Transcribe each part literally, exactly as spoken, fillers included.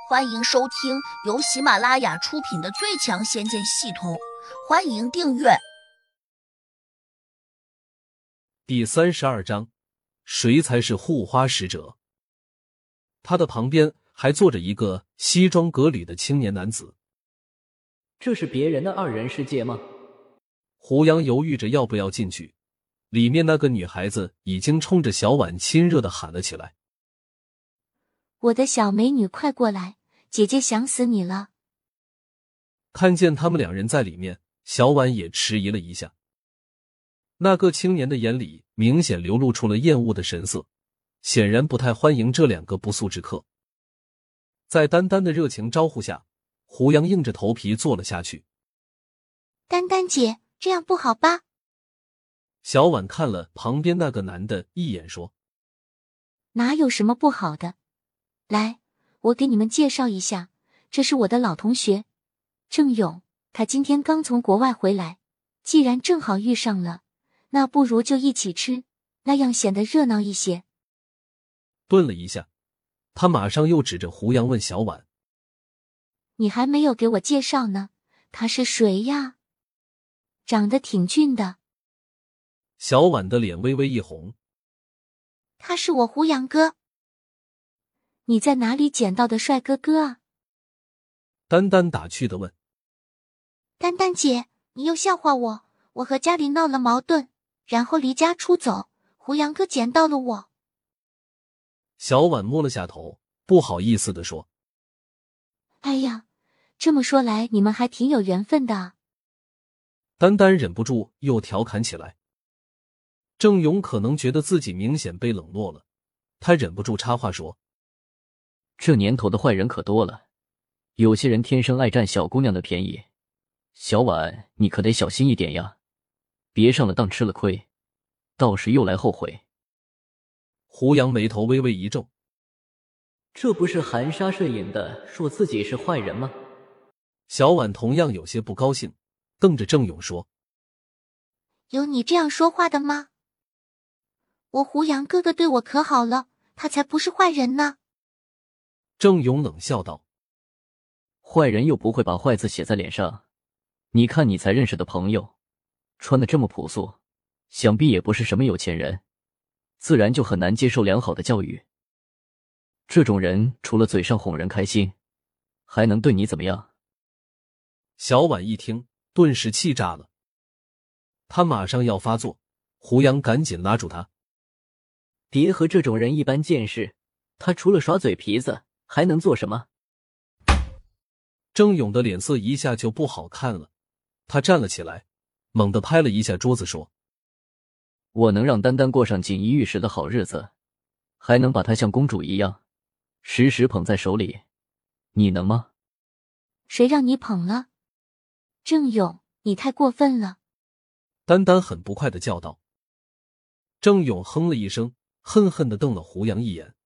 欢迎收听由喜马拉雅出品的《最强仙剑系统》，欢迎订阅。 第三十二章，谁才是护花使者？他的旁边还坐着一个西装革履的青年男子。 这是别人的二人世界吗？ 胡杨犹豫着要不要进去，里面那个女孩子已经冲着小婉亲热地喊了起来： 我的小美女，快过来，姐姐想死你了。 看见他们两人在里面，小婉也迟疑了一下。那个青年的眼里明显流露出了厌恶的神色，显然不太欢迎这两个不速之客。在丹丹的热情招呼下，胡杨硬着头皮坐了下去。 丹丹姐，这样不好吧？ 小婉看了旁边那个男的一眼说： 哪有什么不好的？来，我给你们介绍一下，这是我的老同学郑勇，他今天刚从国外回来，既然正好遇上了，那不如就一起吃，那样显得热闹一些。 顿了一下，他马上又指着胡杨问小婉： 你还没有给我介绍呢，他是谁呀？长得挺俊的。 小婉的脸微微一红： 他是我胡杨哥。你在哪里捡到的帅哥哥啊？ 丹丹打趣地问。 丹丹姐，你又笑话我，我和家里闹了矛盾，然后离家出走，胡杨哥捡到了我。 小婉摸了下头，不好意思地说： 哎呀，这么说来你们还挺有缘分的啊。 丹丹忍不住又调侃起来。郑勇可能觉得自己明显被冷落了，他忍不住插话说： 这年头的坏人可多了，有些人天生爱占小姑娘的便宜，小婉你可得小心一点呀，别上了当吃了亏，到时又来后悔。 胡杨眉头微微一皱： 这不是含沙射影的说自己是坏人吗？ 小婉同样有些不高兴，瞪着郑勇说： 有你这样说话的吗？我胡杨哥哥对我可好了，他才不是坏人呢。 郑勇冷笑道： 坏人又不会把坏字写在脸上，你看你才认识的朋友，穿得这么朴素，想必也不是什么有钱人，自然就很难接受良好的教育。这种人除了嘴上哄人开心，还能对你怎么样？ 小婉一听，顿时气炸了。他马上要发作，胡杨赶紧拉住他： 别和这种人一般见识，他除了耍嘴皮子还能做什么？ 郑勇的脸色一下就不好看了，他站了起来，猛地拍了一下桌子说： 我能让丹丹过上锦衣玉食的好日子，还能把她像公主一样时时捧在手里，你能吗？ 谁让你捧了？郑勇，你太过分了。 丹丹很不快地叫道。郑勇哼了一声，恨恨地瞪了胡杨一眼。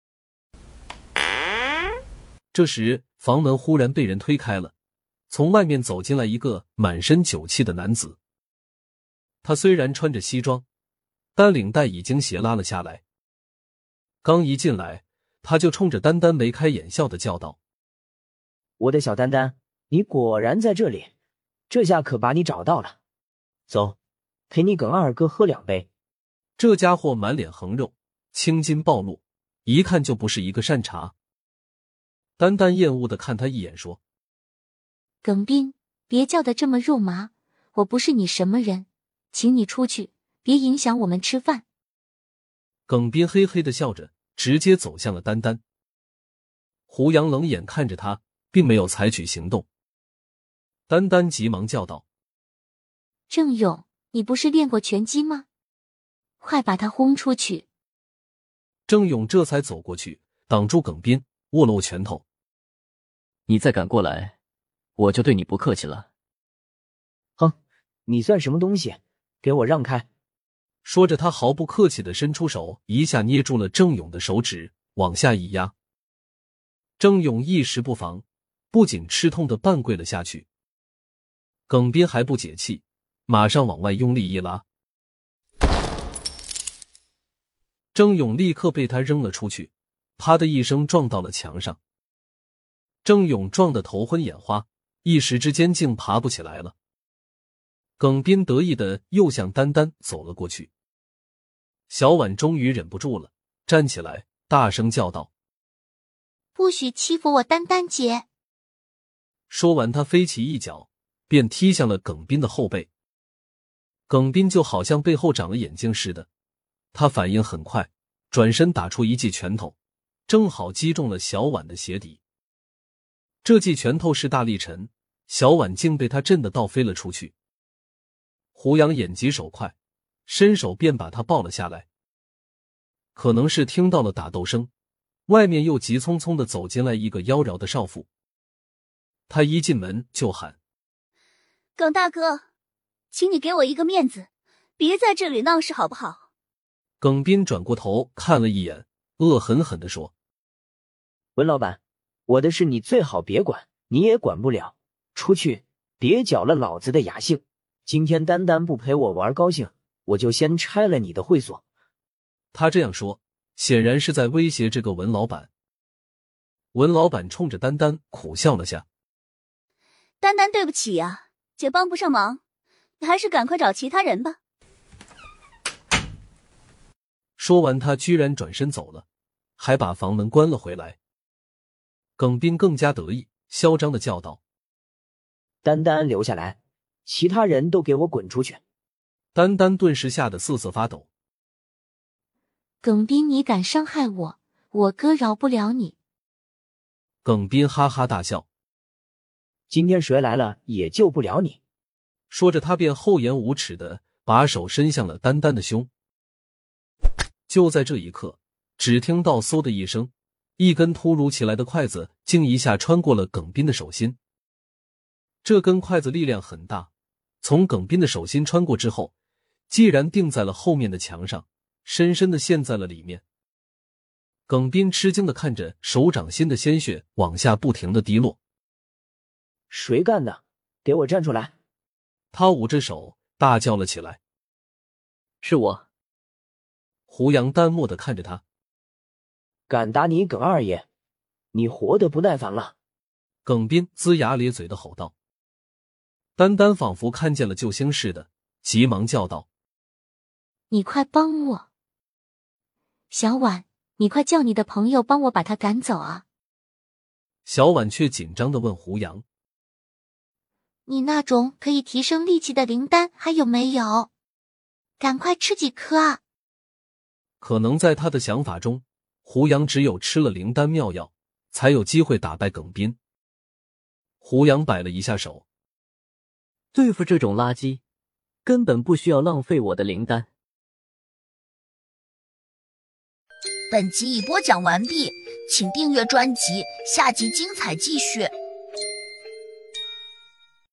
这时房门忽然被人推开了，从外面走进来一个满身酒气的男子。他虽然穿着西装，但领带已经斜拉了下来。刚一进来，他就冲着丹丹眉开眼笑地叫道： 我的小丹丹，你果然在这里，这下可把你找到了。走，陪你耿二哥喝两杯。 这家伙满脸横肉，青筋暴露，一看就不是一个善茬。丹丹厌恶地看他一眼说： 耿斌，别叫得这么肉麻，我不是你什么人，请你出去，别影响我们吃饭。 耿斌嘿嘿地笑着，直接走向了丹丹。胡杨冷眼看着他，并没有采取行动。丹丹急忙叫道： 郑勇，你不是练过拳击吗？快把他轰出去。 郑勇这才走过去，挡住耿斌，握了握拳头： 你再敢过来，我就对你不客气了。 哼，你算什么东西，给我让开。 说着，他毫不客气地伸出手，一下捏住了郑勇的手指，往下一压。郑勇一时不防，不仅吃痛地半跪了下去。耿斌还不解气，马上往外用力一拉。郑勇立刻被他扔了出去，啪的一声撞到了墙上。 郑勇撞得头昏眼花，一时之间竟爬不起来了。耿斌得意的又向丹丹走了过去。小婉终于忍不住了，站起来大声叫道： 不许欺负我丹丹姐！ 说完他飞起一脚，便踢向了耿斌的后背。耿斌就好像背后长了眼睛似的，他反应很快，转身打出一记拳头，正好击中了小婉的鞋底。这记拳头势大力沉，小婉竟被他震得倒飞了出去。胡杨眼疾手快，伸手便把他抱了下来。可能是听到了打斗声，外面又急匆匆地走进来一个妖娆的少妇。他一进门就喊： 耿大哥，请你给我一个面子，别在这里闹事好不好？ 耿斌转过头看了一眼，恶狠狠地说： 文老板，我的事你最好别管，你也管不了，出去，别搅了老子的雅兴。今天丹丹不陪我玩高兴，我就先拆了你的会所。 他这样说，显然是在威胁这个文老板。文老板冲着丹丹苦笑了下： 丹丹对不起呀，姐帮不上忙，你还是赶快找其他人吧。 说完他居然转身走了，还把房门关了回来。耿斌更加得意，嚣张地叫道： 丹丹留下来，其他人都给我滚出去！ 丹丹顿时吓得瑟瑟发抖。 耿斌，你敢伤害我，我哥饶不了你！ 耿斌哈哈大笑： 今天谁来了也救不了你！ 说着他便厚颜无耻地把手伸向了丹丹的胸。就在这一刻，只听到嗖的一声，一根突如其来的筷子竟一下穿过了耿斌的手心。这根筷子力量很大，从耿斌的手心穿过之后，既然定在了后面的墙上，深深地陷在了里面。耿斌吃惊地看着手掌心的鲜血往下不停地滴落。 谁干的？给我站出来！ 他捂着手大叫了起来。 是我。 胡杨淡漠地看着他。 敢打你耿二爷，你活得不耐烦了！ 耿斌龇牙咧嘴地吼道。丹丹仿佛看见了救星似的，急忙叫道： 你快帮我！小婉，你快叫你的朋友帮我把他赶走啊！ 小婉却紧张地问胡杨： 你那种可以提升力气的灵丹还有没有？赶快吃几颗啊！ 可能在他的想法中，胡杨只有吃了灵丹妙药，才有机会打败耿斌。胡杨摆了一下手： 对付这种垃圾，根本不需要浪费我的灵丹。 本集已播讲完毕，请订阅专辑，下集精彩继续。